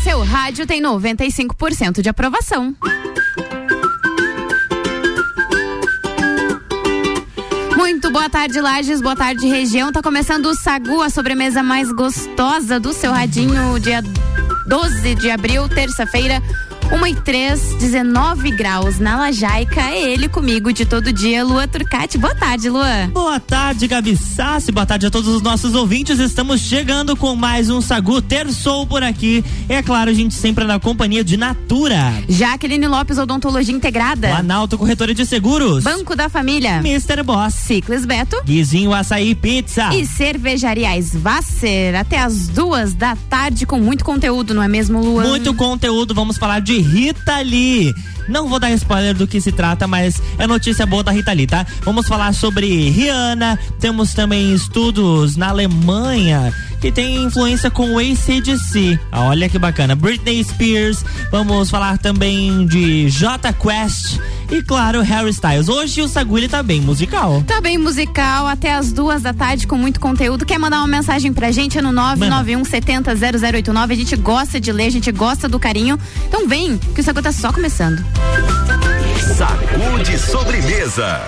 seu rádio tem 95% de aprovação. Muito boa tarde, Lages, boa tarde, região. Tá começando o Sagu, a sobremesa mais gostosa do seu radinho, dia 12 de abril, terça-feira, 1h03, 19 graus na Lajaica. É ele comigo de todo dia, Lua Turcati. Boa tarde, Lua. Boa tarde, Gabi Sassi. Boa tarde a todos os nossos ouvintes. Estamos chegando com mais um Sagu, terçou por aqui. É claro, a gente sempre na companhia de Natura, Jaqueline Lopes, Odontologia Integrada, Planalto Corretora de Seguros, Banco da Família, Mr. Boss, Ciclis Beto, Guizinho Açaí Pizza e Cervejaria Svasser. Até as 2 da tarde com muito conteúdo, não é mesmo, Lua? Muito conteúdo. Vamos falar de Rita Lee. Não vou dar spoiler do que se trata, mas é notícia boa da Rita Lee, tá? Vamos falar sobre Rihanna. Temos também estudos na Alemanha que tem influência com o AC/DC. Olha que bacana. Britney Spears. Vamos falar também de Jota Quest e, claro, Harry Styles. Hoje o Sagu, ele tá bem musical. Tá bem musical, até as 2 da tarde com muito conteúdo. Quer mandar uma mensagem pra gente? É no 991 70 0089. A gente gosta de ler, a gente gosta do carinho. Então vem, que o Sagu tá só começando. Sagu de sobremesa.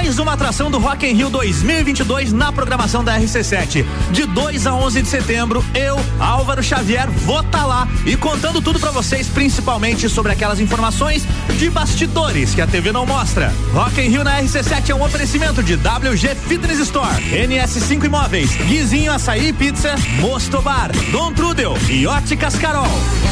mais uma atração do Rock in Rio 2022 na programação da RC7. De 2 a 11 de setembro, eu, Álvaro Xavier, vou estar lá e contando tudo pra vocês, principalmente sobre aquelas informações de bastidores que a TV não mostra. Rock in Rio na RC7 é um oferecimento de WG Fitness Store, NS5 Imóveis, Guizinho Açaí Pizza, Mosto Bar, Dom Trudel e Óticas Carol.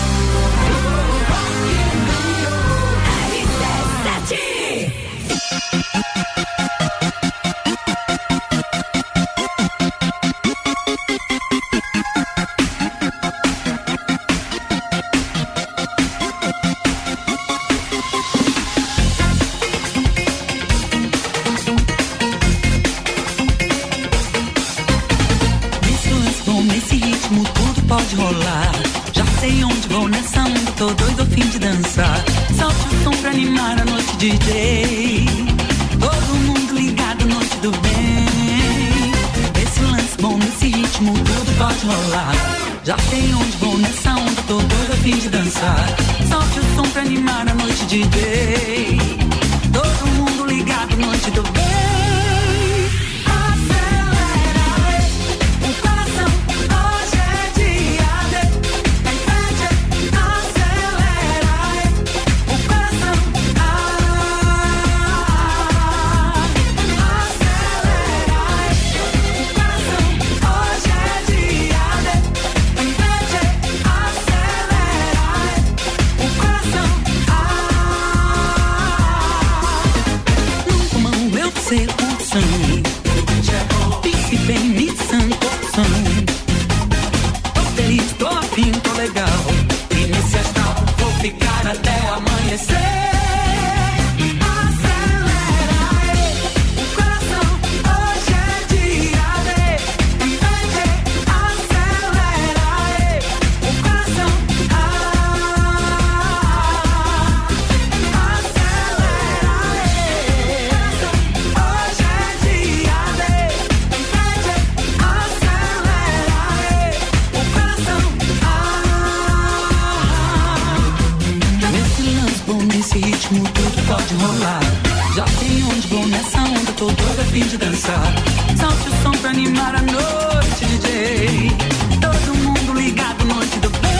Nesse ritmo tudo pode rolar. Já sei onde vou nessa onda, tô doido a fim de dançar. Solte o som pra animar a noite, DJ. Todo mundo ligado, noite do bem. Esse lance bom, nesse ritmo tudo pode rolar. Já sei onde vou nessa onda, tô doido a fim de dançar. Solte o som pra animar a noite, DJ. Todo mundo ligado, noite do bem. Pense bem, Nissan Corção. Tô feliz, tô afim, tô legal. E nesse astral vou ficar até amanhecer. Tudo pode rolar. Já sei onde vou nessa onda, tô doida a fim de dançar. Solte o som pra animar a noite, DJ. Todo mundo ligado, noite do bem.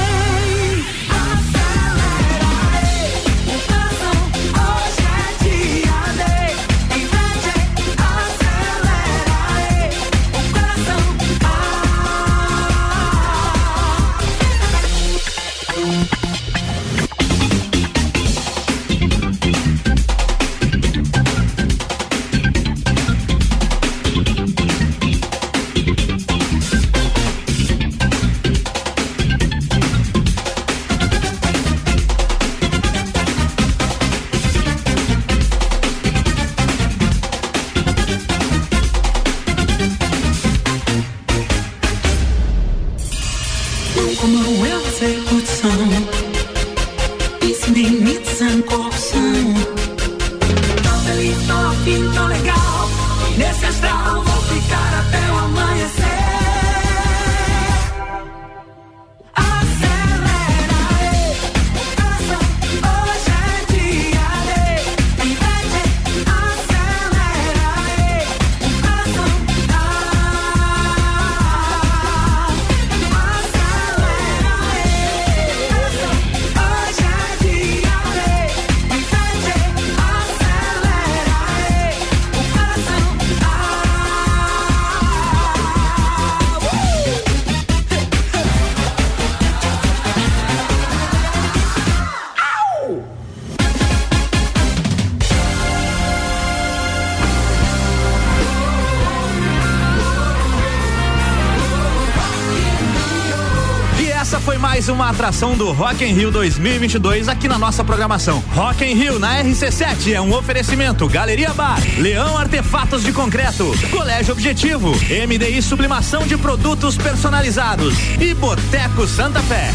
Mais uma atração do Rock in Rio 2022 aqui na nossa programação. Rock in Rio na RC7 é um oferecimento Galeria Bar, Leão Artefatos de Concreto, Colégio Objetivo, MDI Sublimação de Produtos Personalizados e Boteco Santa Fé.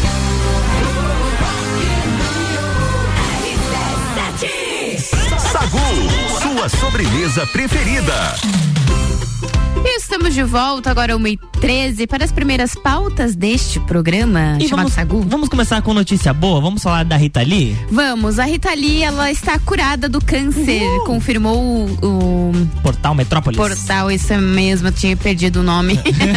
Sagu, sua sobremesa preferida. Estamos de volta agora 1h13. 9h13 para as primeiras pautas deste programa E chamado Sagu. vamos começar com notícia boa? Vamos falar da Rita Lee? Vamos, a Rita Lee, ela está curada do câncer, confirmou o Portal Metrópolis. portal, isso mesmo, eu tinha perdido o nome.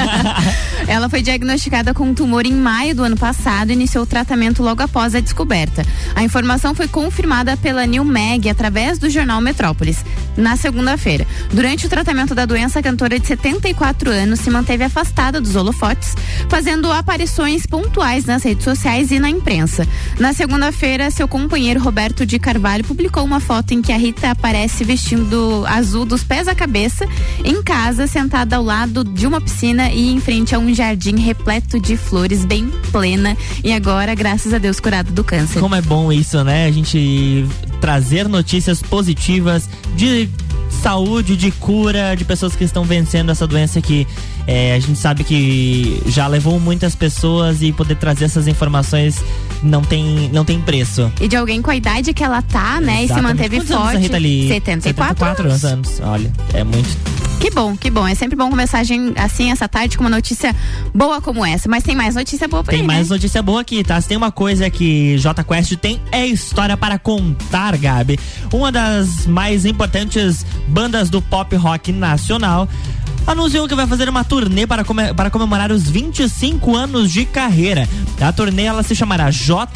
Ela foi diagnosticada com um tumor em maio do ano passado e iniciou o tratamento logo após a descoberta. A informação foi confirmada pela New Mag através do jornal Metrópolis na segunda-feira. Durante o tratamento da doença, a cantora de 74 anos se manteve afastada dos holofotes, fazendo aparições pontuais nas redes sociais e na imprensa. Na segunda-feira, seu companheiro Roberto de Carvalho publicou uma foto em que a Rita aparece vestindo azul dos pés à cabeça, em casa, sentada ao lado de uma piscina e em frente a um jardim repleto de flores, bem plena, e agora, graças a Deus, curada do câncer. Como é bom isso, né? A gente trazer notícias positivas de saúde, de cura, de pessoas que estão vencendo essa doença que a gente sabe que já levou muitas pessoas, e poder trazer essas informações não tem preço. E de alguém com a idade que ela tá, né? Exatamente. E se manteve Quantos anos forte. a Rita Lee? 74 anos. Olha, é muito. Que bom. É sempre bom começar assim essa tarde com uma notícia boa como essa. Mas tem mais notícia boa por aí, Tem mais né? notícia boa aqui, tá? Se tem uma coisa que Jota Quest tem, é história para contar, Gabi. Uma das mais importantes bandas do pop rock nacional anunciou que vai fazer uma turnê para comemorar os 25 anos de carreira. A turnê, ela se chamará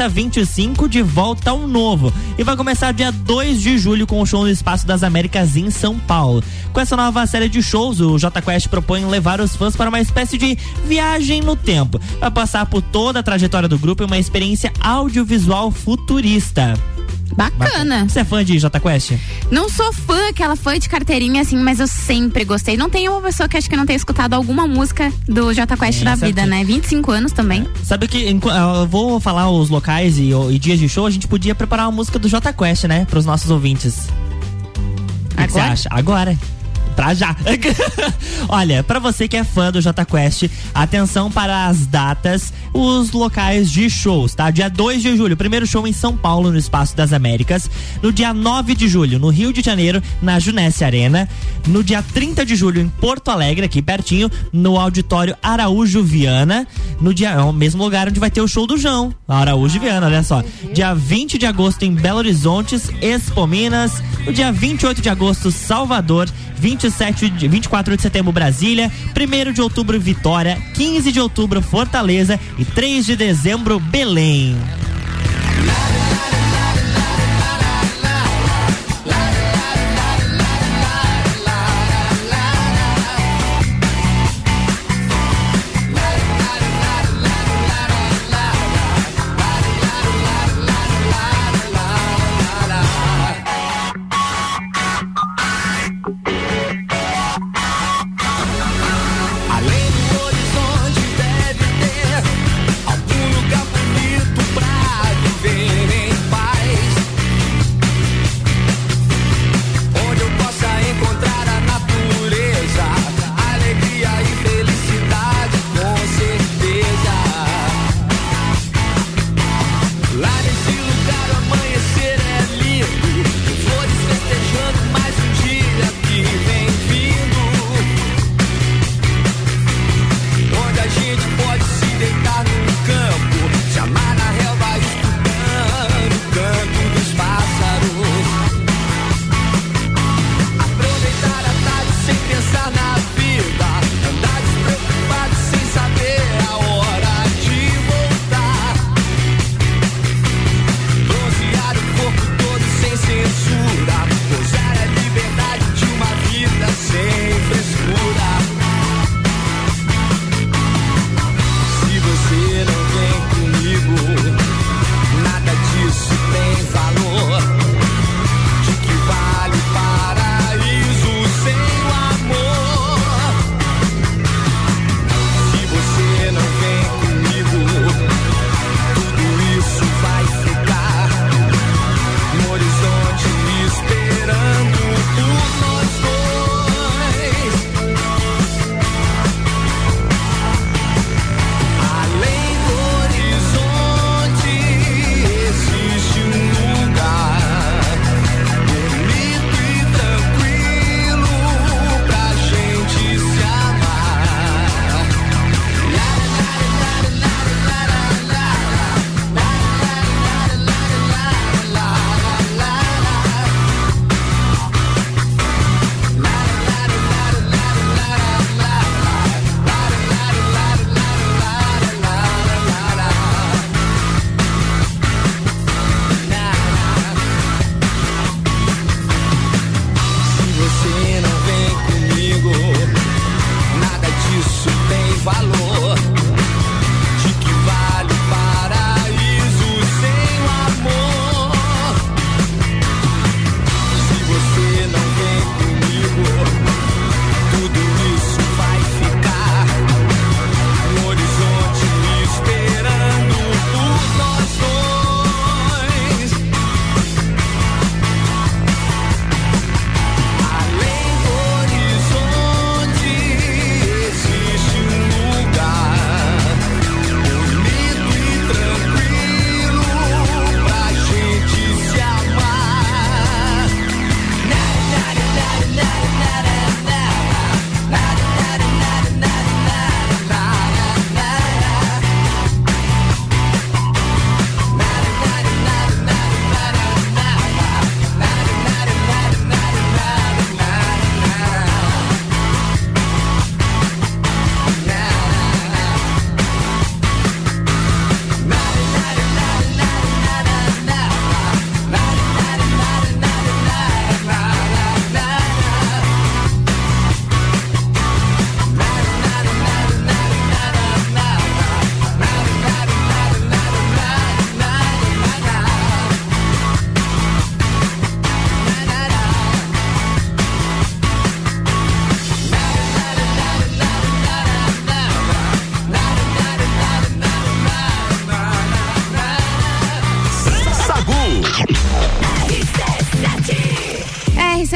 J25 de Volta ao Novo e vai começar dia 2 de julho com o show no Espaço das Américas em São Paulo. Com essa nova série de shows, o Jota Quest propõe levar os fãs para uma espécie de viagem no tempo. Vai passar por toda a trajetória do grupo e uma experiência audiovisual futurista. Bacana. Você é fã de Jota Quest? Não sou aquela fã de carteirinha assim, mas eu sempre gostei. Não tem uma pessoa que acho que não tenha escutado alguma música do Jota Quest da vida, né? 25 anos também. Sabe que eu vou falar os locais e dias de show, a gente podia preparar uma música do Jota Quest, né? Para os nossos ouvintes. O que você acha? Agora. Pra já. Olha, pra você que é fã do Jota Quest, atenção para as datas, os locais de shows, tá? Dia 2 de julho, primeiro show em São Paulo, no Espaço das Américas. No dia 9 de julho, no Rio de Janeiro, na Junesse Arena. No dia 30 de julho, em Porto Alegre, aqui pertinho, no Auditório Araújo Viana. No dia, é o mesmo lugar onde vai ter o show do João, Araújo Viana, olha só. Dia 20 de agosto em Belo Horizonte, Expo Minas. No dia 28 de agosto, Salvador. 24 de setembro, Brasília. 1º de outubro, Vitória. 15 de outubro, Fortaleza. E 3 de dezembro, Belém. Algum lugar bonito pra viver.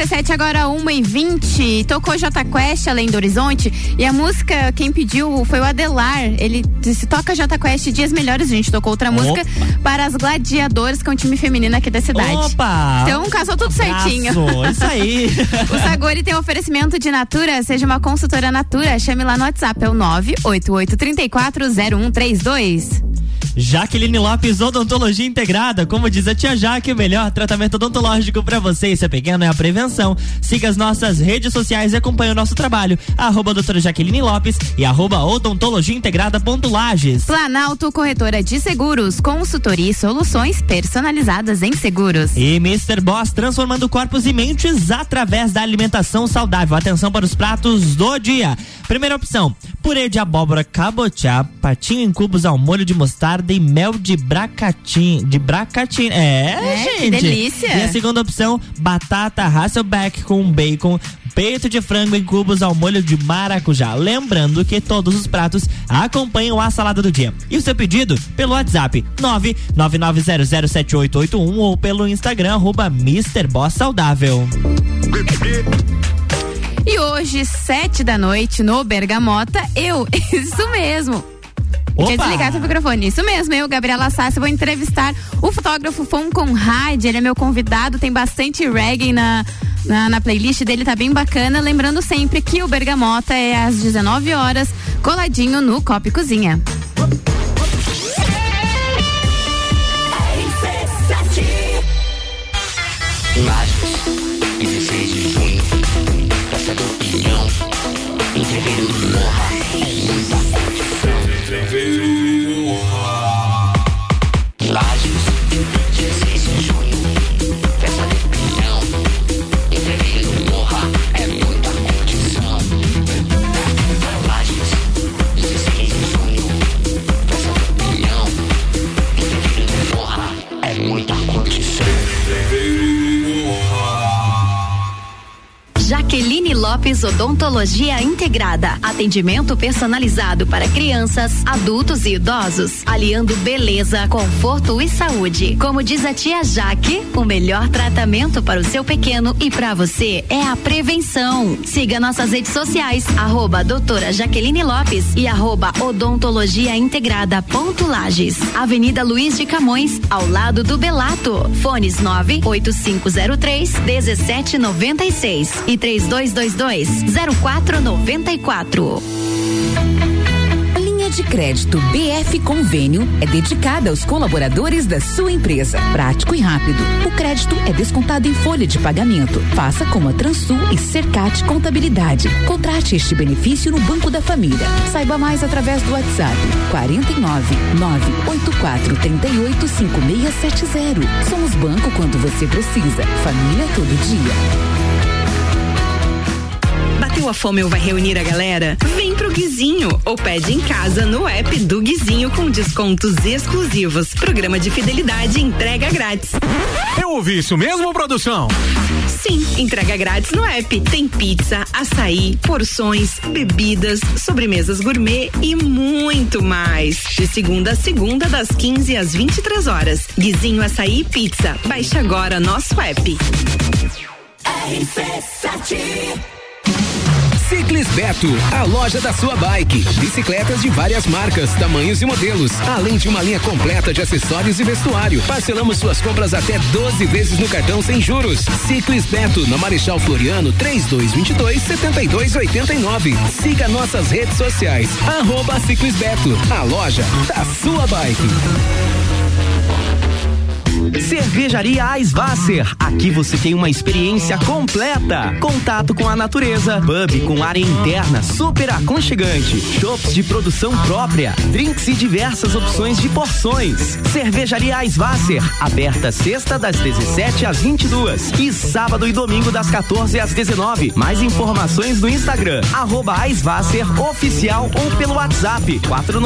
RC7 agora 1h20. Tocou Jota Quest, Além do Horizonte. E a música, quem pediu foi o Adelar. Ele disse: toca Jota Quest, Dias Melhores. A gente tocou outra música para as Gladiadoras, que é um time feminino aqui da cidade. Opa! Então casou tudo certinho. Isso aí. O Sagu, ele tem um oferecimento de Natura. Seja uma consultora Natura. Chame lá no WhatsApp. É o 988340132. Jaqueline Lopes, Odontologia Integrada. Como diz a tia Jaque, o melhor tratamento odontológico pra você. Isso é pequeno, é a prevenção. Siga as nossas redes sociais e acompanhe o nosso trabalho. @doutora Jaqueline Lopes e @odontologiaintegrada.lages. Planalto Corretora de Seguros, consultoria e soluções personalizadas em seguros. E Mr. Boss, transformando corpos e mentes através da alimentação saudável. Atenção para os pratos do dia. Primeira opção: purê de abóbora cabotiá, patinho em cubos ao molho de mostarda e mel de bracatim. Gente. Que delícia. E a segunda opção: batata Hasselback com bacon, peito de frango em cubos ao molho de maracujá. Lembrando que todos os pratos acompanham a salada do dia. E o seu pedido pelo WhatsApp 999007881 ou pelo Instagram @MrBossSaudável. E hoje, 7h no Bergamota, isso mesmo. Quer desligar seu microfone? Isso mesmo, eu, Gabriela Sassi, vou entrevistar o fotógrafo Fon Conrad. Ele é meu convidado, tem bastante reggae na playlist dele, tá bem bacana. Lembrando sempre que o Bergamota é às 19 horas, coladinho no Copa e Cozinha. Lages, 16 de junho, Praça da Opinião, em fevereiro do Morra, é muita condição. Lages, 16 de junho, Praça da Opinião, em fevereiro do Morra, é muita condição. Lages, 16 de junho, Praça da Opinião, em fevereiro do Morra, é muita condição. Jaqueline Lopes, Odontologia Integrada. Atendimento personalizado para crianças, adultos e idosos, aliando beleza, conforto e saúde. Como diz a tia Jaque, o melhor tratamento para o seu pequeno e para você é a prevenção. Siga nossas redes sociais, @doutora Jaqueline Lopes e @odontologiaintegrada.lages. Avenida Luiz de Camões, ao lado do Belato. Fones 98503-1796 e 3222-0494. De crédito BF Convênio é dedicada aos colaboradores da sua empresa. Prático e rápido. O crédito é descontado em folha de pagamento. Faça como a Transul e Cercat Contabilidade. Contrate este benefício no Banco da Família. Saiba mais através do WhatsApp 49984385670. Somos banco quando você precisa. Família todo dia. Bateu a fome ou vai reunir a galera? Vem pro Guizinho ou pede em casa no app do Guizinho com descontos exclusivos. Programa de fidelidade e entrega grátis. Eu ouvi isso mesmo, produção? Sim, entrega grátis no app. Tem pizza, açaí, porções, bebidas, sobremesas gourmet e muito mais. De segunda a segunda, das 15 às 23 horas. Guizinho Açaí e Pizza. Baixe agora nosso app. RC7 Ciclis Beto, a loja da sua bike. Bicicletas de várias marcas, tamanhos e modelos, além de uma linha completa de acessórios e vestuário. Parcelamos suas compras até 12 vezes no cartão sem juros. Ciclis Beto, na Marechal Floriano, 3222-7289. Siga nossas redes sociais, @Ciclis Beto, a loja da sua bike. Cervejaria Eisvasser. Aqui você tem uma experiência completa. Contato com a natureza, pub com área interna super aconchegante, chopps de produção própria, drinks e diversas opções de porções. Cervejaria Eisvasser, aberta sexta das 17 às 22 e sábado e domingo das 14 às 19. Mais informações no Instagram @Eisvasser oficial ou pelo WhatsApp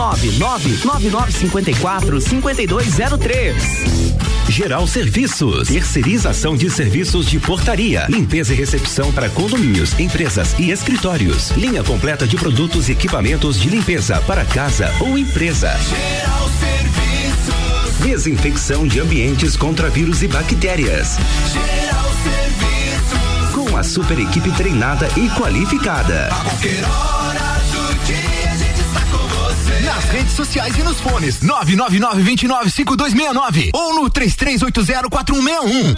499-9954-5203. Geral Serviços, terceirização de serviços de portaria, limpeza e recepção para condomínios, empresas e escritórios. Linha completa de produtos e equipamentos de limpeza para casa ou empresa. Geral Serviços. Desinfecção de ambientes contra vírus e bactérias. Geral Serviços. Com uma super equipe treinada e qualificada. A qualquer hora do dia a gente está com você. Nas redes sociais e nos fones 999-295269 ou no 33804161.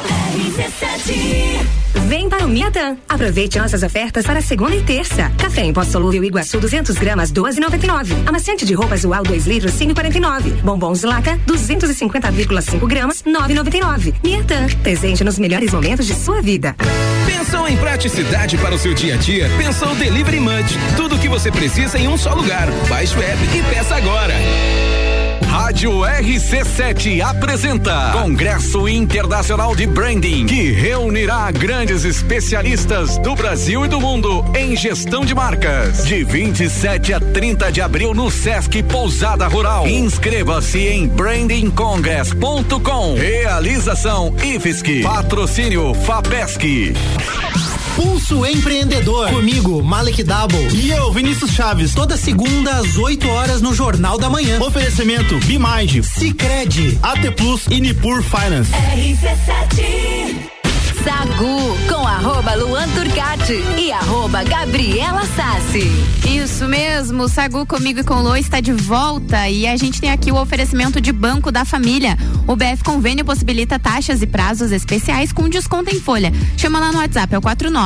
Vem para o Miatã. Aproveite nossas ofertas para segunda e terça. Café em pó solúvel Iguaçu 200 gramas 12,99. Amaciante de roupa Zual 2 litros 5,49. Bombons Laca 250,5 gramas 9,99. Miatã. Presente nos melhores momentos de sua vida. Pensou em praticidade para o seu dia a dia? Pensou Delivery Munch. Tudo o que você precisa em um só lugar. Baixe o app e peça agora. Rádio RC7 apresenta Congresso Internacional de Branding, que reunirá grandes especialistas do Brasil e do mundo em gestão de marcas. De 27 a 30 de abril no Sesc Pousada Rural. Inscreva-se em brandingcongress.com. Realização IFSC. Patrocínio FAPESC. Pulso Empreendedor. Comigo, Malek Double. E eu, Vinícius Chaves. Toda segunda às 8 horas no Jornal da Manhã. Oferecimento Bimage, Sicredi, AT Plus e Nipur Finance. RC7 Sagu com @Luan Turcati e @Gabriela Sassi. Isso mesmo, Sagu comigo e com o Lô está de volta e a gente tem aqui o oferecimento de Banco da Família. O BF Convênio possibilita taxas e prazos especiais com desconto em folha. Chama lá no WhatsApp, é o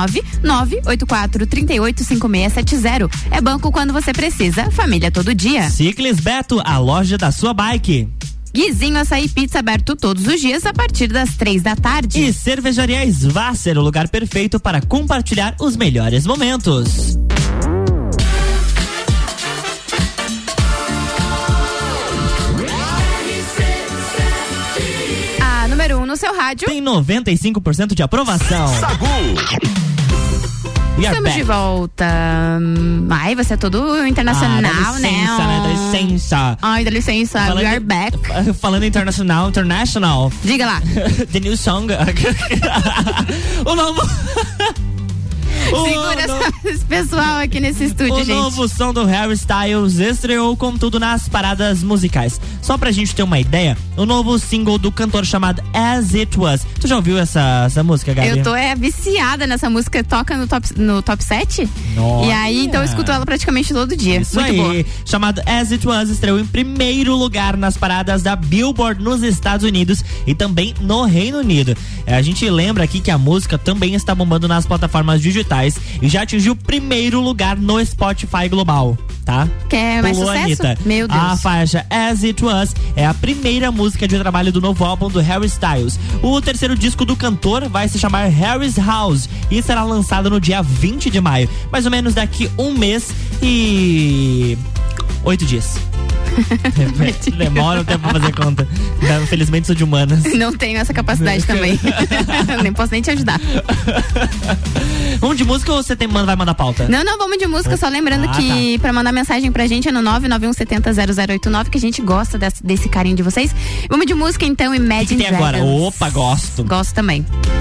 49984385670. É banco quando você precisa, família todo dia. Ciclis Beto, a loja da sua bike. Guizinho Açaí Pizza aberto todos os dias a partir das 3 da tarde. E Cervejaria Svasser, o lugar perfeito para compartilhar os melhores momentos. A número 1 no seu rádio tem 95% de aprovação. Sagu. Estamos de volta. Ai, você é todo internacional, dá licença, né? Dá licença. Ai, dá licença. We are back. Falando internacional. Diga lá. The new song. O novo... Segura esse pessoal aqui nesse estúdio, gente. O novo som do Harry Styles estreou com tudo nas paradas musicais. Só pra gente ter uma ideia, o novo single do cantor chamado As It Was. Tu já ouviu essa música, Gabi? Eu tô viciada nessa música, toca no top 7. Nossa. E aí, então eu escuto ela praticamente todo dia. Isso muito aí, boa. Chamado As It Was, estreou em primeiro lugar nas paradas da Billboard nos Estados Unidos e também no Reino Unido. A gente lembra aqui que a música também está bombando nas plataformas digitais e já atingiu o primeiro lugar no Spotify global, tá? Quer mais sucesso? Anitta. Meu Deus. A faixa As It Was é a primeira música de trabalho do novo álbum do Harry Styles. O terceiro disco do cantor vai se chamar Harry's House e será lançado no dia 20 de maio, mais ou menos daqui um mês e 8 dias. Demora um tempo pra fazer conta. Infelizmente sou de humanas. Não tenho essa capacidade também. Nem posso nem te ajudar. Vamos de música ou você vai mandar pauta? Não, vamos de música. Só lembrando que pra mandar mensagem pra gente é no 991700089, que a gente gosta desse carinho de vocês. Vamos de música então, Imagine Dragons. Agora? Opa, gosto. Gosto também.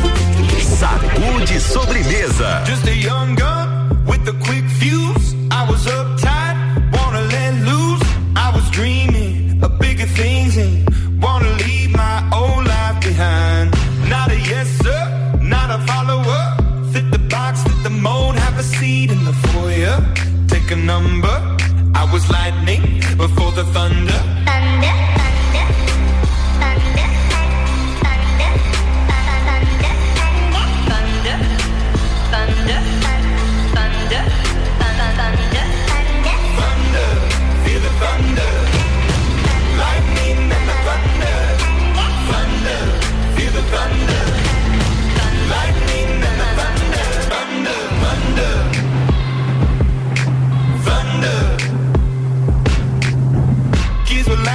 Sagu de sobremesa. Just a young gun with a quick fuse. I was uptight, wanna let loose. I was dreaming of bigger things and wanna leave my old life behind. Not a yes sir, not a follower. Fit the box, fit the mold, have a seat in the foyer. Take a number. I was lightning before the thunder. Thunder, thunder, thunder, thunder, thunder, thunder, thunder, thunder, thunder, thunder, feel the thunder, lightning and the thunder, thunder, feel the thunder, lightning and the thunder, thunder, thunder, thunder. Kids were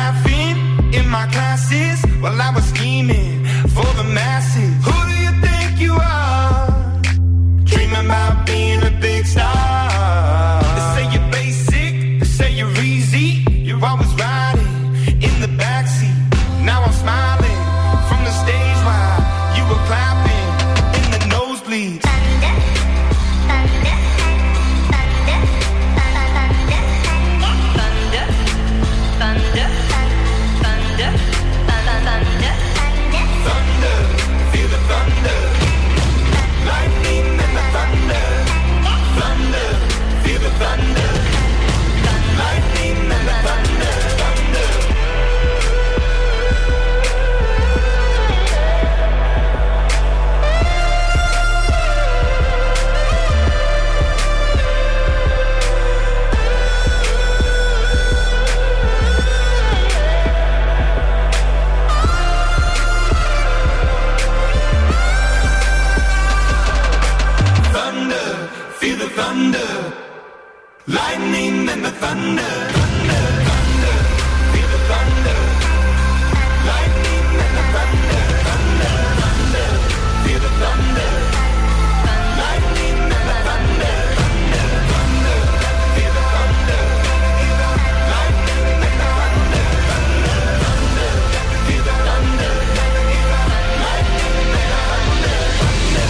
Lightning and the thunder, thunder, thunder, feel the thunder. Lightning and the thunder, thunder, thunder, feel the thunder. Lightning and the thunder, thunder, thunder, feel the thunder. Lightning and the thunder, thunder, thunder, feel the thunder. Lightning and the thunder, thunder.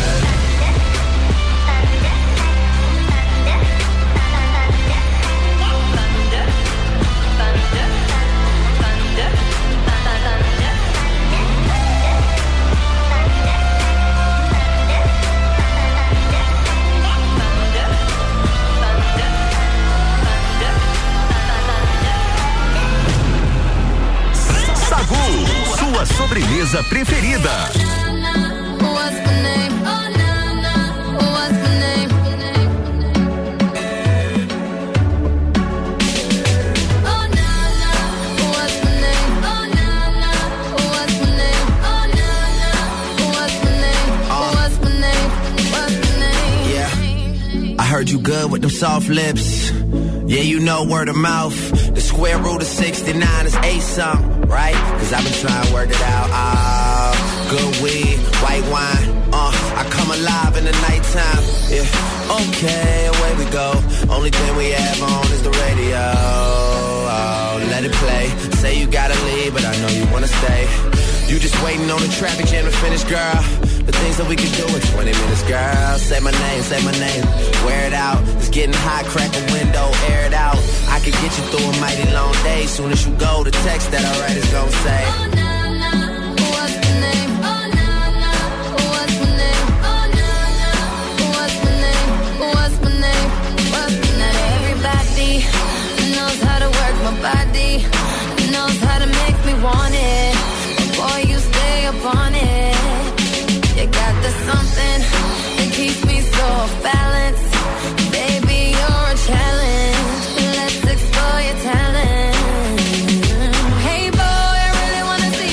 Sagu, sua sobremesa preferida. I heard you good with them soft lips. Yeah, you know word of mouth. The square root of 69 is 8 something, right? Cause I've been trying to work it out. Good weed, white wine. I come alive in the nighttime. Yeah, okay, away we go. Only thing we have on is the radio. Oh, let it play. Say you gotta leave, but I know you wanna stay. You just waiting on the traffic jam to finish, girl. The things that we can do in 20 minutes, girl. Say my name, wear it out. It's getting hot, crack a window, air it out. I could get you through a mighty long day. Soon as you go, the text that I write is gonna say, oh, nah, nah, what's the name? Oh, nah, nah, what's my name? Oh, nah, nah, what's my name? What's my name? What's my name? Everybody knows how to work my body, knows how to make me want it. Boy, you stay up on it. You got the something that keeps me so off balance. Baby, you're a challenge. Let's explore your talent. Hey boy, I really wanna see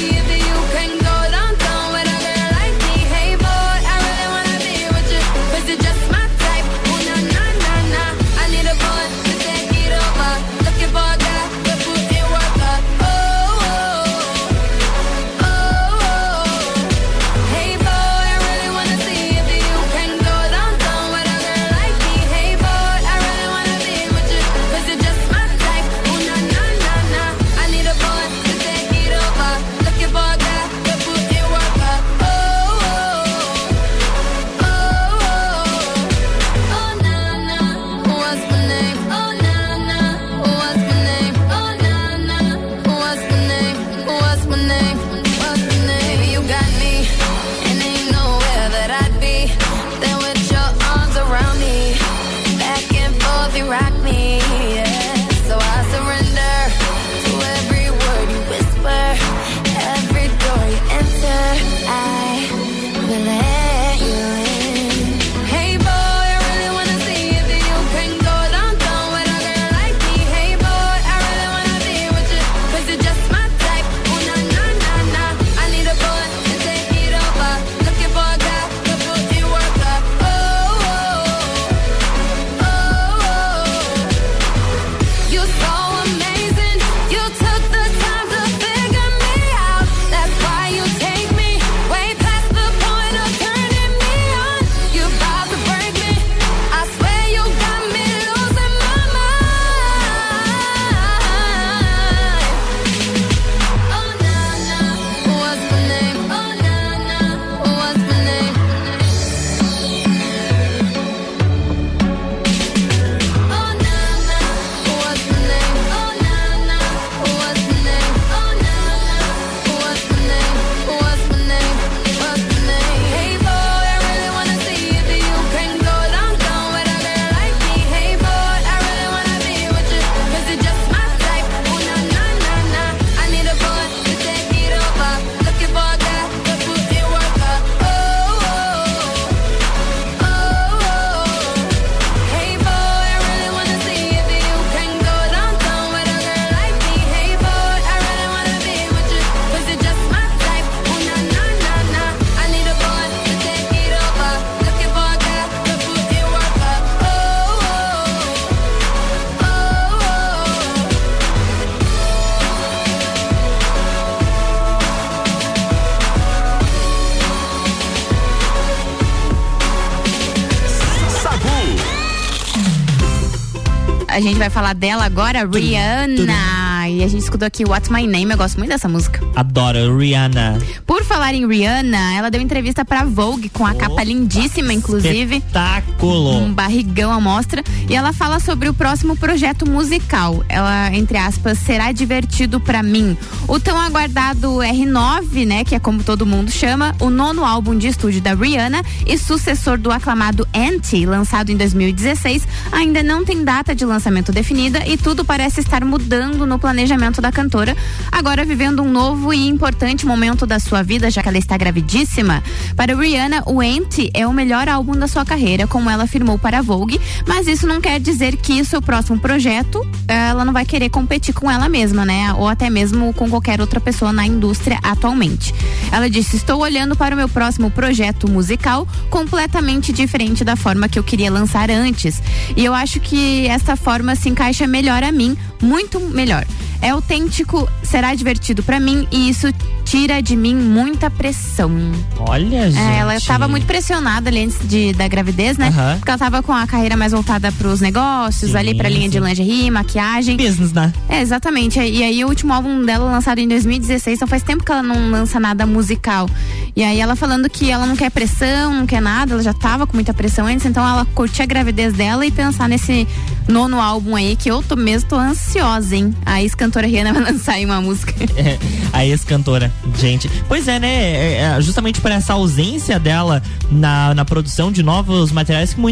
A gente vai falar dela agora, Rihanna. E a gente escutou aqui What's My Name, eu gosto muito dessa música. Adoro, Rihanna. Por falar em Rihanna, ela deu entrevista pra Vogue com a capa lindíssima, inclusive. Espetáculo. Um barrigão à mostra. E ela fala sobre o próximo projeto musical. Ela, entre aspas, será divertido pra mim. O tão aguardado R9, né, que é como todo mundo chama, o 9º álbum de estúdio da Rihanna e sucessor do aclamado Anti, lançado em 2016, ainda não tem data de lançamento definida e tudo parece estar mudando no planejamento da cantora, agora vivendo um novo e importante momento da sua vida, já que ela está gravidíssima. Para Rihanna, o Anti é o melhor álbum da sua carreira, como ela afirmou para a Vogue, mas isso não quer dizer que o seu próximo projeto, ela não vai querer competir com ela mesma, né? Ou até mesmo com qualquer outra pessoa na indústria atualmente. Ela disse: estou olhando para o meu próximo projeto musical completamente diferente da forma que eu queria lançar antes. E eu acho que essa forma se encaixa melhor a mim, muito melhor. É autêntico, será divertido pra mim e isso tira de mim muita pressão. Olha, gente. Ela estava muito pressionada ali antes da gravidez, né? Porque ela estava com a carreira mais voltada pros negócios, ali pra linha de lingerie, maquiagem. Business, né? É, exatamente. E aí o último álbum dela lançado em 2016, então faz tempo que ela não lança nada musical. E aí ela falando que ela não quer pressão, não quer nada, ela já tava com muita pressão antes, então ela curtir a gravidez dela e pensar nesse 9º álbum aí, que eu mesmo tô ansiosa, hein? A ex-cantora Rihanna vai lançar aí uma música. A ex-cantora, gente. Pois é, né? Justamente por essa ausência dela na produção de novos materiais que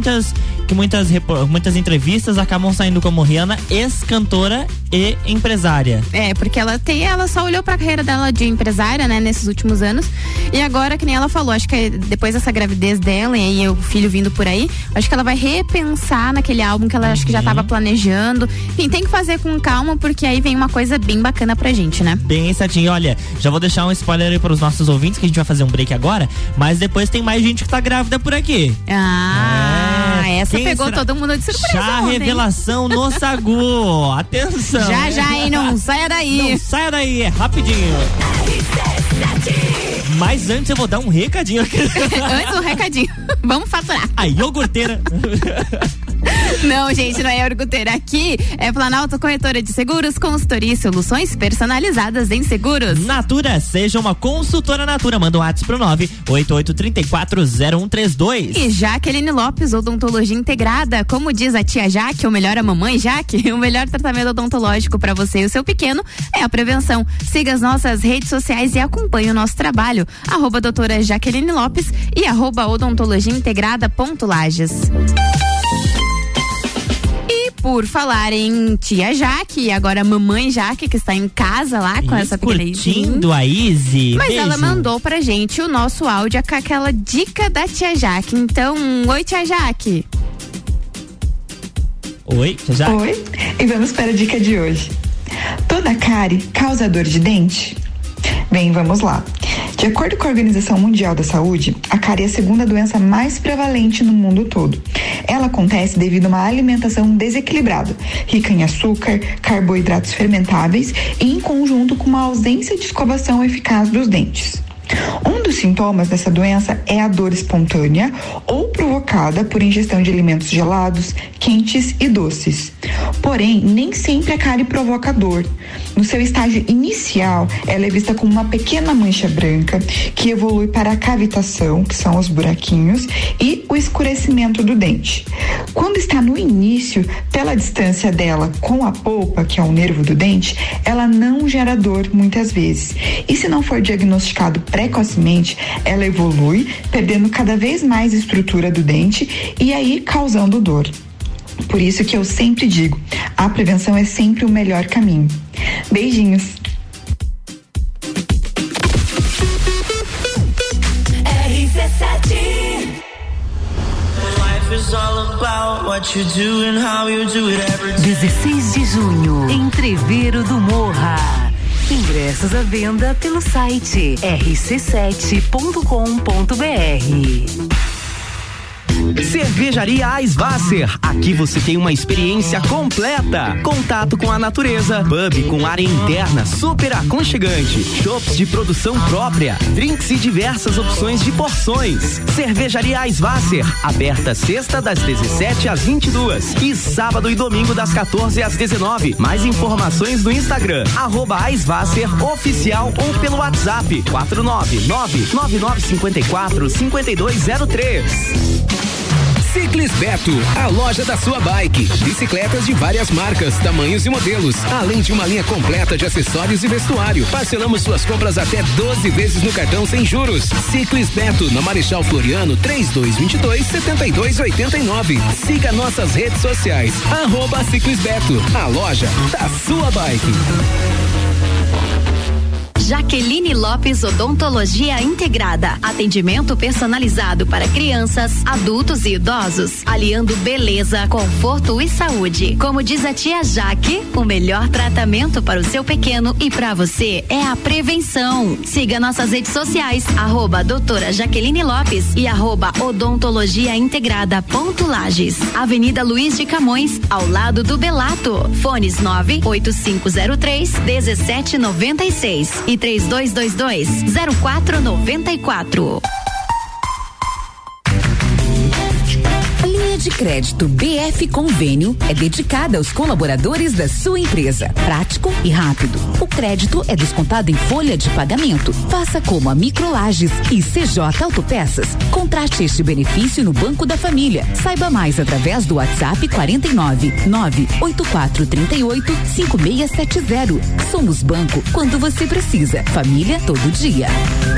muitas entrevistas acabam saindo como Rihanna, ex-cantora e empresária. É, porque ela só olhou pra carreira dela de empresária, né, nesses últimos anos. E agora, que nem ela falou, acho que depois dessa gravidez dela e aí o filho vindo por aí, acho que ela vai repensar naquele álbum que ela acho que já tava planejando. Enfim, tem que fazer com calma, porque aí vem uma coisa bem bacana pra gente, né? Bem certinho. Olha, já vou deixar um spoiler aí pros nossos ouvintes, que a gente vai fazer um break agora, mas depois tem mais gente que tá grávida por aqui. Essa pegou todo mundo de surpresa. Já ontem, revelação no Sagu. Atenção. Já, hein? Não saia daí. Não saia daí, é rapidinho. Mas antes eu vou dar um recadinho aqui. Antes um recadinho. Vamos faturar. A iogurteira. Não, gente, não é iogurteira. Aqui é Planalto Corretora de Seguros, consultoria e soluções personalizadas em seguros. Natura, seja uma consultora Natura. Manda um WhatsApp pro 988340132. E Jaqueline Lopes, odontologia integrada. Como diz a tia Jaque, ou melhor a mamãe Jaque, o melhor tratamento odontológico para você e o seu pequeno é a prevenção. Siga as nossas redes sociais e acompanhe o nosso trabalho. @doutora Jaqueline Lopes e @odontologiaintegrada.lages. Por falar em tia Jaque, agora mamãe Jaque, que está em casa lá com essa pequenininha. Curtindo a Izzy. Mas beijo. ela mandou pra gente o nosso áudio com aquela dica da tia Jaque. Então, oi tia Jaque. Oi, tia Jaque. Oi, e vamos para a dica de hoje. Toda cárie causa dor de dente? Bem, vamos lá. De acordo com a Organização Mundial da Saúde, a cárie é a segunda doença mais prevalente no mundo todo. Ela acontece devido a uma alimentação desequilibrada, rica em açúcar, carboidratos fermentáveis e em conjunto com uma ausência de escovação eficaz dos dentes. Um dos sintomas dessa doença é a dor espontânea ou provocada por ingestão de alimentos gelados, quentes e doces. Porém, nem sempre a cárie provoca dor. No seu estágio inicial, ela é vista como uma pequena mancha branca que evolui para a cavitação, que são os buraquinhos, e o escurecimento do dente. Quando está no início, pela distância dela com a polpa, que é o nervo do dente, ela não gera dor muitas vezes. E se não for diagnosticado precocemente, ela evolui, perdendo cada vez mais estrutura do dente e aí causando dor. Por isso que eu sempre digo, a prevenção é sempre o melhor caminho. Beijinhos! RC7 16 de junho, Entreveiro do Morra. Ingressos à venda pelo site rc7.com.br. Cervejaria Eisvasser. Aqui você tem uma experiência completa. Contato com a natureza. Pub com área interna super aconchegante. Shops de produção própria. Drinks e diversas opções de porções. Cervejaria Eisvasser. Aberta sexta das 17 às 22 e sábado e domingo das 14 às 19. Mais informações no Instagram @Eisvasser oficial ou pelo WhatsApp 499-9954-5203. Ciclis Beto, a loja da sua bike. Bicicletas de várias marcas, tamanhos e modelos, além de uma linha completa de acessórios e vestuário. Parcelamos suas compras até 12 vezes no cartão sem juros. Ciclis Beto, na Marechal Floriano, 3222-7289. Siga nossas redes sociais, @Ciclis Beto, a loja da sua bike. Jaqueline Lopes Odontologia Integrada. Atendimento personalizado para crianças, adultos e idosos, aliando beleza, conforto e saúde. Como diz a tia Jaque, o melhor tratamento para o seu pequeno e para você é a prevenção. Siga nossas redes sociais, @doutora Jaqueline Lopes e @odontologiaintegrada.lages. Avenida Luiz de Camões, ao lado do Belato. Fones 98503-1796 e 3222-0494. A linha de crédito BF Convênio é dedicada aos colaboradores da sua empresa. Prático e rápido. O crédito é descontado em folha de pagamento. Faça como a Microlages e CJ Autopeças. Contrate este benefício no Banco da Família. Saiba mais através do WhatsApp 499-8438-5670. Somos banco quando você precisa. Família todo dia.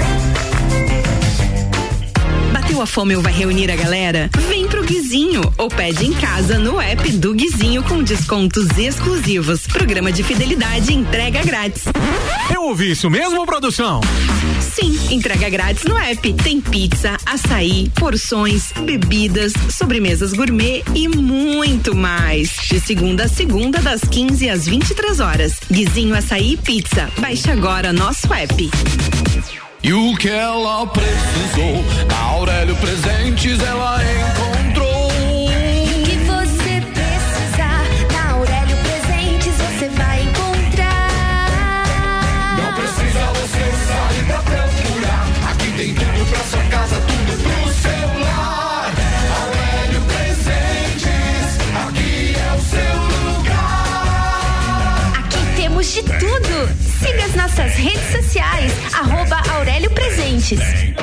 Bateu a fome ou vai reunir a galera? Vem pro Guizinho ou pede em casa no app do Guizinho com descontos exclusivos. Programa de fidelidade e entrega grátis. Eu ouvi isso mesmo, produção? Sim, entrega grátis no app. Tem pizza, açaí, porções, bebidas, sobremesas gourmet e muito mais. De segunda a segunda, das 15 às 23 horas. Guizinho Açaí Pizza. Baixe agora nosso app. E o que ela precisou, na Aurélio Presentes ela encontrou. O que você precisar, na Aurélio Presentes você vai encontrar. Não precisa você sair pra procurar, aqui tem tudo pra sua casa, tudo pro celular. Aurélio Presentes, aqui é o seu lugar. Aqui temos de tudo. Siga as nossas redes sociais, @Aurélio Presentes.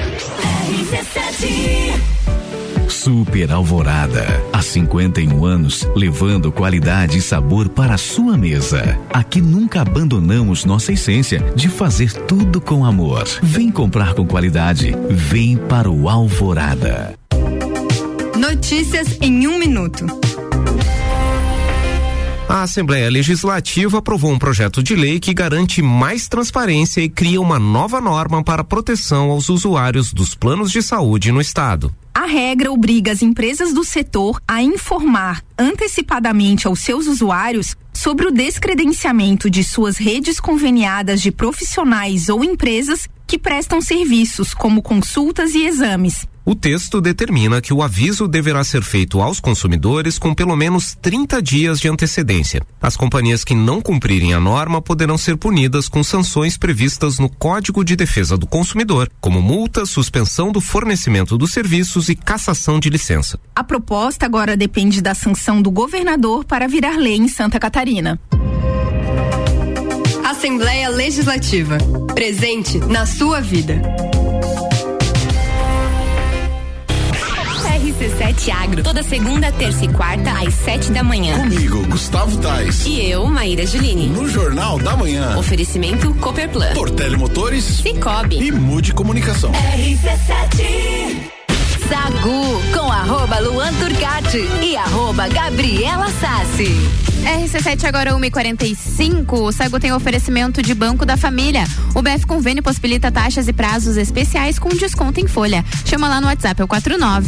Super Alvorada, há 51 anos, levando qualidade e sabor para a sua mesa. Aqui nunca abandonamos nossa essência de fazer tudo com amor. Vem comprar com qualidade, vem para o Alvorada. Notícias em 1 minuto. A Assembleia Legislativa aprovou um projeto de lei que garante mais transparência e cria uma nova norma para proteção aos usuários dos planos de saúde no estado. A regra obriga as empresas do setor a informar antecipadamente aos seus usuários sobre o descredenciamento de suas redes conveniadas de profissionais ou empresas que prestam serviços como consultas e exames. O texto determina que o aviso deverá ser feito aos consumidores com pelo menos 30 dias de antecedência. As companhias que não cumprirem a norma poderão ser punidas com sanções previstas no Código de Defesa do Consumidor, como multa, suspensão do fornecimento dos serviços e cassação de licença. A proposta agora depende da sanção do governador para virar lei em Santa Catarina. Assembleia Legislativa. Presente na sua vida. RC7 Agro, toda segunda, terça e quarta, às 7 da manhã. Comigo, Gustavo Tais. E eu, Maíra Juline. No Jornal da Manhã. Oferecimento Cooperplan. Portele Motores. Cicobi. E Mude Comunicação. RC7. Sagu, com @Luan Turcati e @Gabriela Sassi. RC7 agora 1h45. O Sagu tem oferecimento de Banco da Família. O BF Convênio possibilita taxas e prazos especiais com desconto em folha. Chama lá no WhatsApp, é o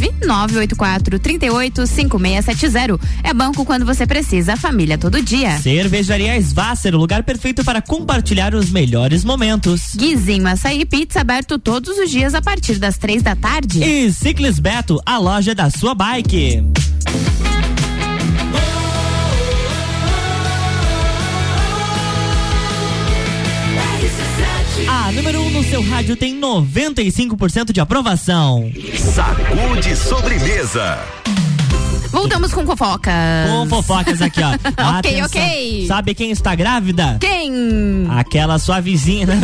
49984385670. É banco quando você precisa, família todo dia. Cervejaria Svasser, o lugar perfeito para compartilhar os melhores momentos. Guizinho Açaí Pizza aberto todos os dias a partir das 3 da tarde. E Ciclis Beto, a loja da sua bike. A número 1 no seu rádio tem 95% de aprovação. Sacude sobremesa. Voltamos com fofocas. Com fofocas aqui, ó. Ok, ok. Sabe quem está grávida? Quem? Aquela sua vizinha, né?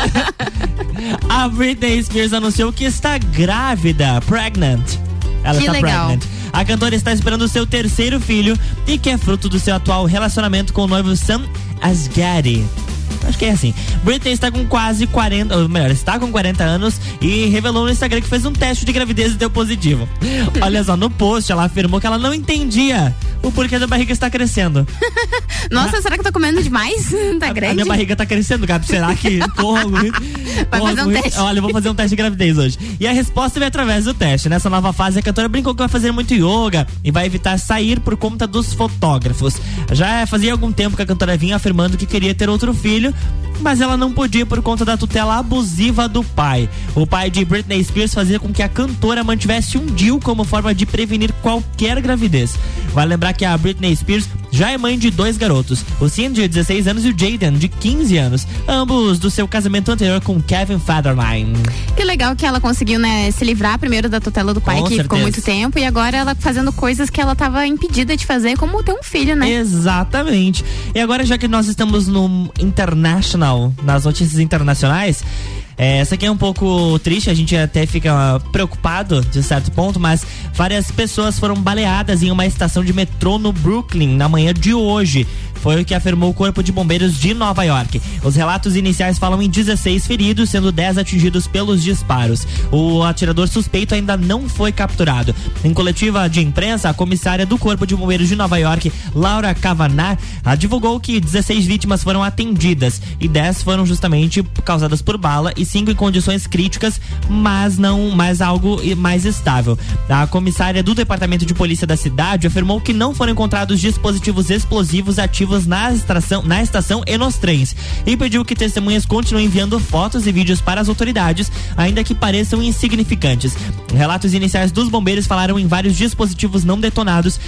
A Britney Spears anunciou que está grávida, pregnant. Ela está pregnant. A cantora está esperando seu terceiro filho e que é fruto do seu atual relacionamento com o noivo Sam Asghari. Acho que é assim. Britney está com quase 40, ou melhor, está com 40 anos e revelou no Instagram que fez um teste de gravidez e deu positivo. Olha só, no post ela afirmou que ela não entendia o porquê da barriga está crescendo. Nossa, será que eu tô comendo demais? Tá grande? A minha barriga tá crescendo, Gabi. Será que corra algum risco? Vai fazer um teste. Olha, eu vou fazer um teste de gravidez hoje. E a resposta veio através do teste. Nessa nova fase, a cantora brincou que vai fazer muito yoga e vai evitar sair por conta dos fotógrafos. Já fazia algum tempo que a cantora vinha afirmando que queria ter outro filho, mas ela não podia por conta da tutela abusiva do pai. O pai de Britney Spears fazia com que a cantora mantivesse um DIU como forma de prevenir qualquer gravidez. Vale lembrar que a Britney Spears já é mãe de 2 garotos, o Sean de 16 anos e o Jaden de 15 anos, ambos do seu casamento anterior com Kevin Federline. Que legal que ela conseguiu, né, se livrar primeiro da tutela do pai, que ficou muito tempo, e agora ela fazendo coisas que ela estava impedida de fazer, como ter um filho, né? Exatamente. E agora, já que nós estamos no International, nas notícias internacionais, essa aqui é um pouco triste, a gente até fica preocupado de certo ponto, mas várias pessoas foram baleadas em uma estação de metrô no Brooklyn na manhã de hoje. Foi o que afirmou o Corpo de Bombeiros de Nova York. Os relatos iniciais falam em 16 feridos, sendo 10 atingidos pelos disparos. O atirador suspeito ainda não foi capturado. Em coletiva de imprensa, a comissária do Corpo de Bombeiros de Nova York, Laura Kavanagh, divulgou que 16 vítimas foram atendidas e 10 foram justamente causadas por bala e 5 em condições críticas, mas algo mais estável. A comissária do Departamento de Polícia da cidade afirmou que não foram encontrados dispositivos explosivos ativos na estação e nos trens, e pediu que testemunhas continuem enviando fotos e vídeos para as autoridades, ainda que pareçam insignificantes. Relatos iniciais dos bombeiros falaram em vários dispositivos não detonados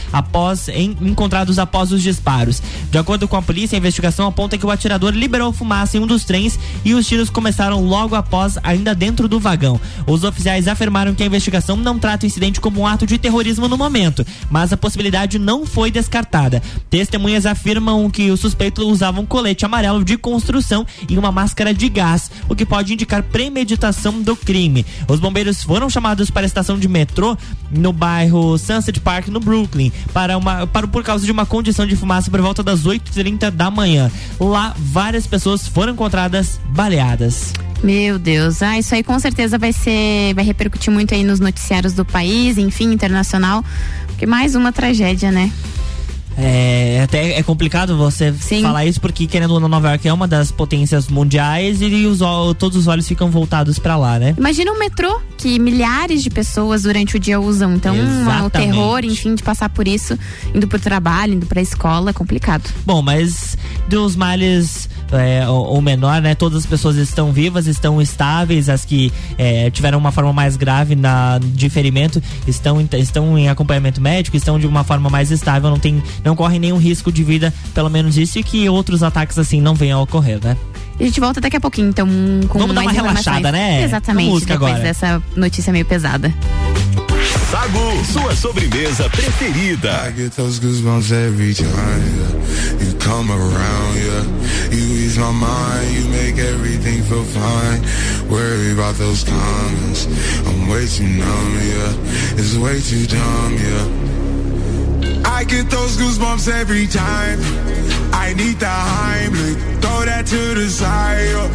encontrados após os disparos. De acordo com a polícia, a investigação aponta que o atirador liberou fumaça em um dos trens e os tiros começaram logo após, ainda dentro do vagão. Os oficiais afirmaram que a investigação não trata o incidente como um ato de terrorismo no momento, mas a possibilidade não foi descartada. Testemunhas afirmam que o suspeito usava um colete amarelo de construção e uma máscara de gás, o que pode indicar premeditação do crime. Os bombeiros foram chamados para a estação de metrô no bairro Sunset Park, no Brooklyn, por causa de uma condição de fumaça por volta das 8h30 da manhã. Lá, várias pessoas foram encontradas baleadas. Meu Deus, isso aí com certeza vai repercutir muito aí nos noticiários do país, enfim, internacional, porque mais uma tragédia, né? Até é complicado você falar isso, porque querendo ou não, Nova York é uma das potências mundiais e todos os olhos ficam voltados pra lá, né? Imagina um metrô que milhares de pessoas durante o dia usam, então o terror, enfim, de passar por isso, indo pro trabalho, indo pra escola, é complicado. Bom, mas dos males ou menor, né? Todas as pessoas estão vivas, estão estáveis, as que tiveram uma forma mais grave de ferimento estão em acompanhamento médico, estão de uma forma mais estável, não correm nenhum risco de vida, pelo menos isso, e que outros ataques assim não venham a ocorrer, né? A gente volta daqui a pouquinho, então, com vamos dar uma relaxada, né? Exatamente, música depois agora dessa notícia meio pesada. Sagu, sua sobremesa preferida. I get those goosebumps every time, yeah. You come around, yeah. You ease my mind, you make everything feel fine. Worry about those comments, I'm way too numb, yeah. It's way too dumb, yeah. I get those goosebumps every time. I need the Heimlich, throw that to the side, yeah.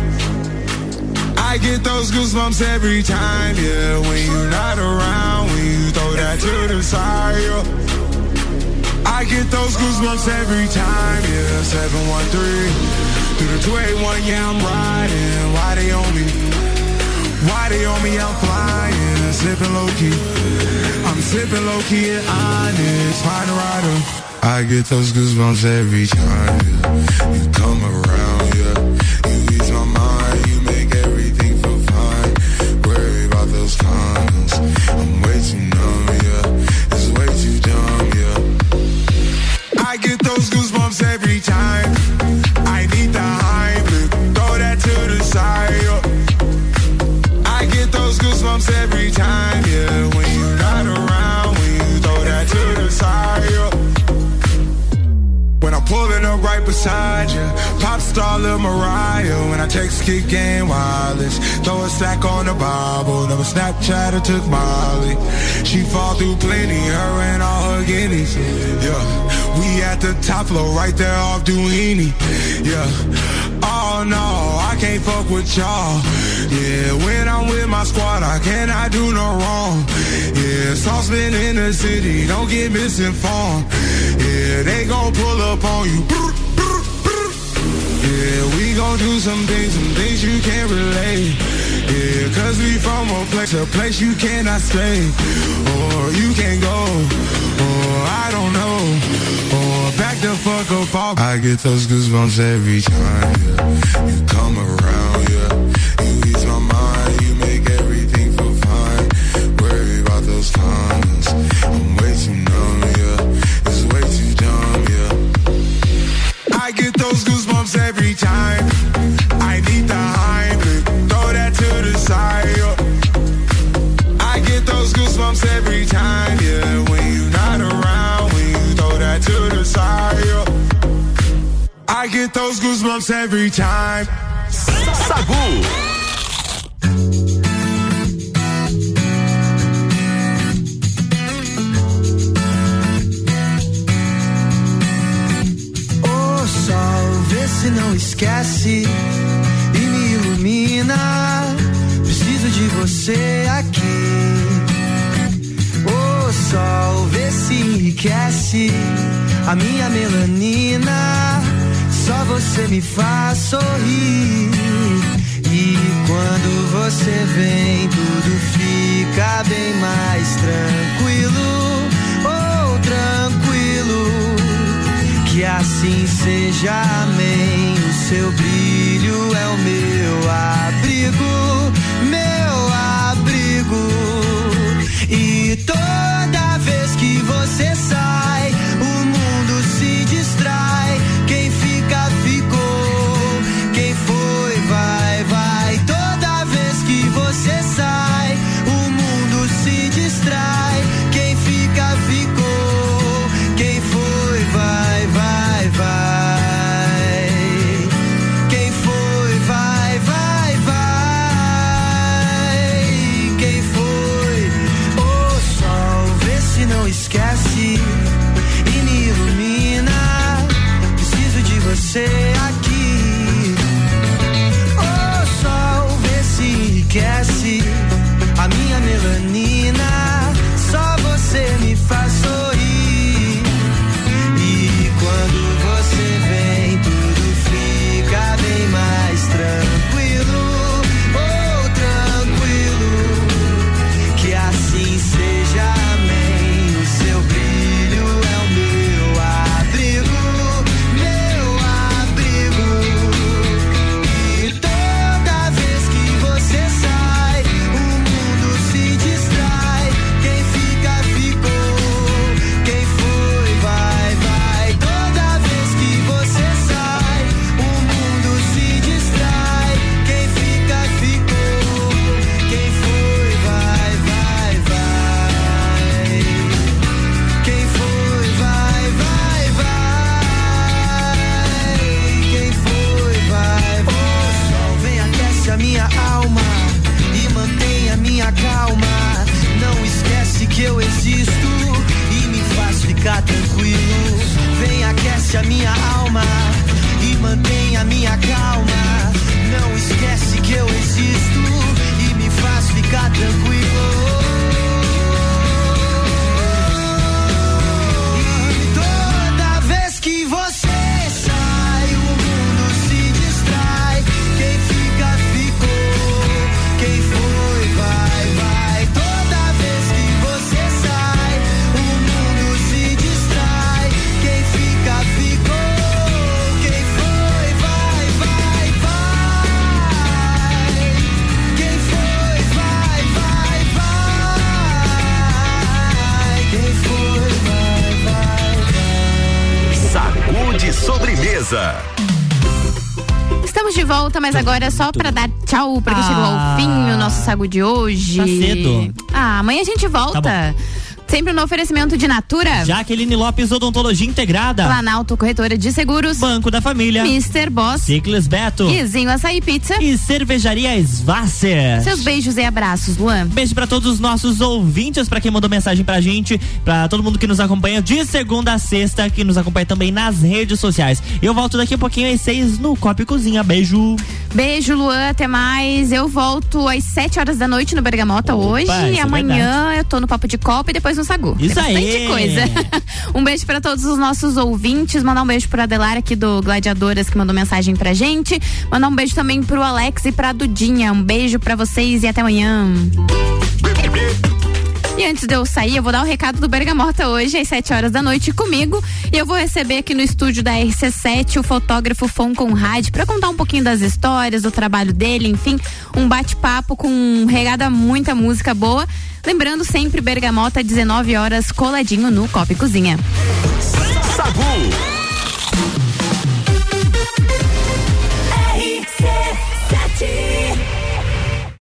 I get those goosebumps every time, yeah. When you're not around, when you throw that to the side, yeah. I I get those goosebumps every time, yeah. 713 through the 281, yeah, I'm riding. Why they on me? Why they on me? I'm flying, sipping low key. I'm sipping low key at Onyx, find a rider. I get those goosebumps every time, yeah. You come around, yeah. You ease my mind, you make everything feel fine. Worry about those condoms, I'm way too numb, yeah. It's way too dumb, yeah. I get those goosebumps every time. I need the Heimlich, throw that to the side, yeah. I get those goosebumps every time, yeah. When you're not around, when you throw that to the side, yeah. When I'm pulling up right beside you, pop star Lil Mariah. When I text Kick Game Wireless, throw a stack on the Bible. Never Snapchat or took Molly. She fall through plenty, her and all her guineas. Yeah, we at the top floor, right there off Duini. Yeah, oh no, I can't fuck with y'all. Yeah, when I'm with my squad, I cannot do no wrong. Yeah, saucepan in the city, don't get misinformed. Yeah, they gon' pull up on you. Yeah, we gon' do some things you can't relate. Yeah, cause we from a place you cannot stay. Or you can't go, or I don't know. Or back the fuck up off. I get those goosebumps every time, yeah. You come around, yeah. You ease my mind, you make everything feel fine. Worry about those condoms, I'm way too numb, yeah. It's way too dumb, yeah. I get those goosebumps every time. I need the Heimlich, throw that to the side, yeah. I get those goosebumps every time, yeah. When you're not around, when you throw that to the side, yeah. I get those goosebumps every time. Sagu. Se não esquece e me ilumina, preciso de você aqui. O sol vê se enriquece a minha melanina, só você me faz sorrir. E quando você vem, tudo fica bem mais tranquilo. Oh, tranquilo. Que assim seja, amém. O seu brilho é o meu abrigo. E toda vez que você sai, o mundo se distrai. Quem fica, ficou. Quem foi, vai, vai. Toda vez que você sai, o mundo se distrai. Quem fica, ficou. Quem foi, vai, vai, vai. Quem foi, vai, vai, vai. Quem foi? O sol vê se não esquece e me ilumina. Preciso de você aqui. O sol vê se enriquece a minha melanina. Só você me faz sorrir. Quando você vem, tudo fica bem mais tranquilo. Oh, tranquilo. Que assim seja, amém. O seu brilho é o meu abrigo. E toda vez que você sai, o mundo se distrai. Quem fica, ficou. Quem foi, vai, vai. Toda vez que você sai, o mundo se distrai. Quem fica, ficou. Quem foi, vai, vai, vai. Quem foi, vai, vai, vai. Quem foi, vai, vai. O sol vem, aquece a minha alma e mantém a minha calma. Não esquece que eu existo e me faz ficar tranquilo. Vem, aquece a minha alma e mantém a minha calma. Não esquece que eu existo e me faz ficar tranquilo. E toda Sobremesa. Estamos de volta, mas agora é só pra dar tchau, porque chegou ao fim o nosso Sagu de hoje. Tá cedo. Amanhã a gente volta. Tá Sempre no oferecimento de Natura, Jaqueline Lopes, Odontologia Integrada, Planalto Corretora de Seguros, Banco da Família, Mr. Boss, Ciclis Beto, Guizinho Açaí Pizza e Cervejaria Svasser. Seus beijos e abraços, Luan. Beijo pra todos os nossos ouvintes, pra quem mandou mensagem pra gente, pra todo mundo que nos acompanha de segunda a sexta, que nos acompanha também nas redes sociais. Eu volto daqui a pouquinho às 6 no Copa e Cozinha. Beijo. Beijo, Luan, até mais. Eu volto às 7 horas da noite no Bergamota hoje e amanhã eu tô no Papo de Copa e depois no Sagu. Isso Tem bastante aí. coisa. Um beijo pra todos os nossos ouvintes, mandar um beijo pro Adelar aqui do Gladiadoras que mandou mensagem pra gente, mandar um beijo também pro Alex e pra Dudinha. Um beijo pra vocês e até amanhã. E antes de eu sair, eu vou dar o recado do Bergamota hoje, às 7 horas da noite, comigo. E eu vou receber aqui no estúdio da RC7 o fotógrafo Fon Conrad para contar um pouquinho das histórias, do trabalho dele, enfim, um bate-papo com regada muita música boa. Lembrando sempre, Bergamota, 19 horas, coladinho no Copa e Cozinha. Sagu.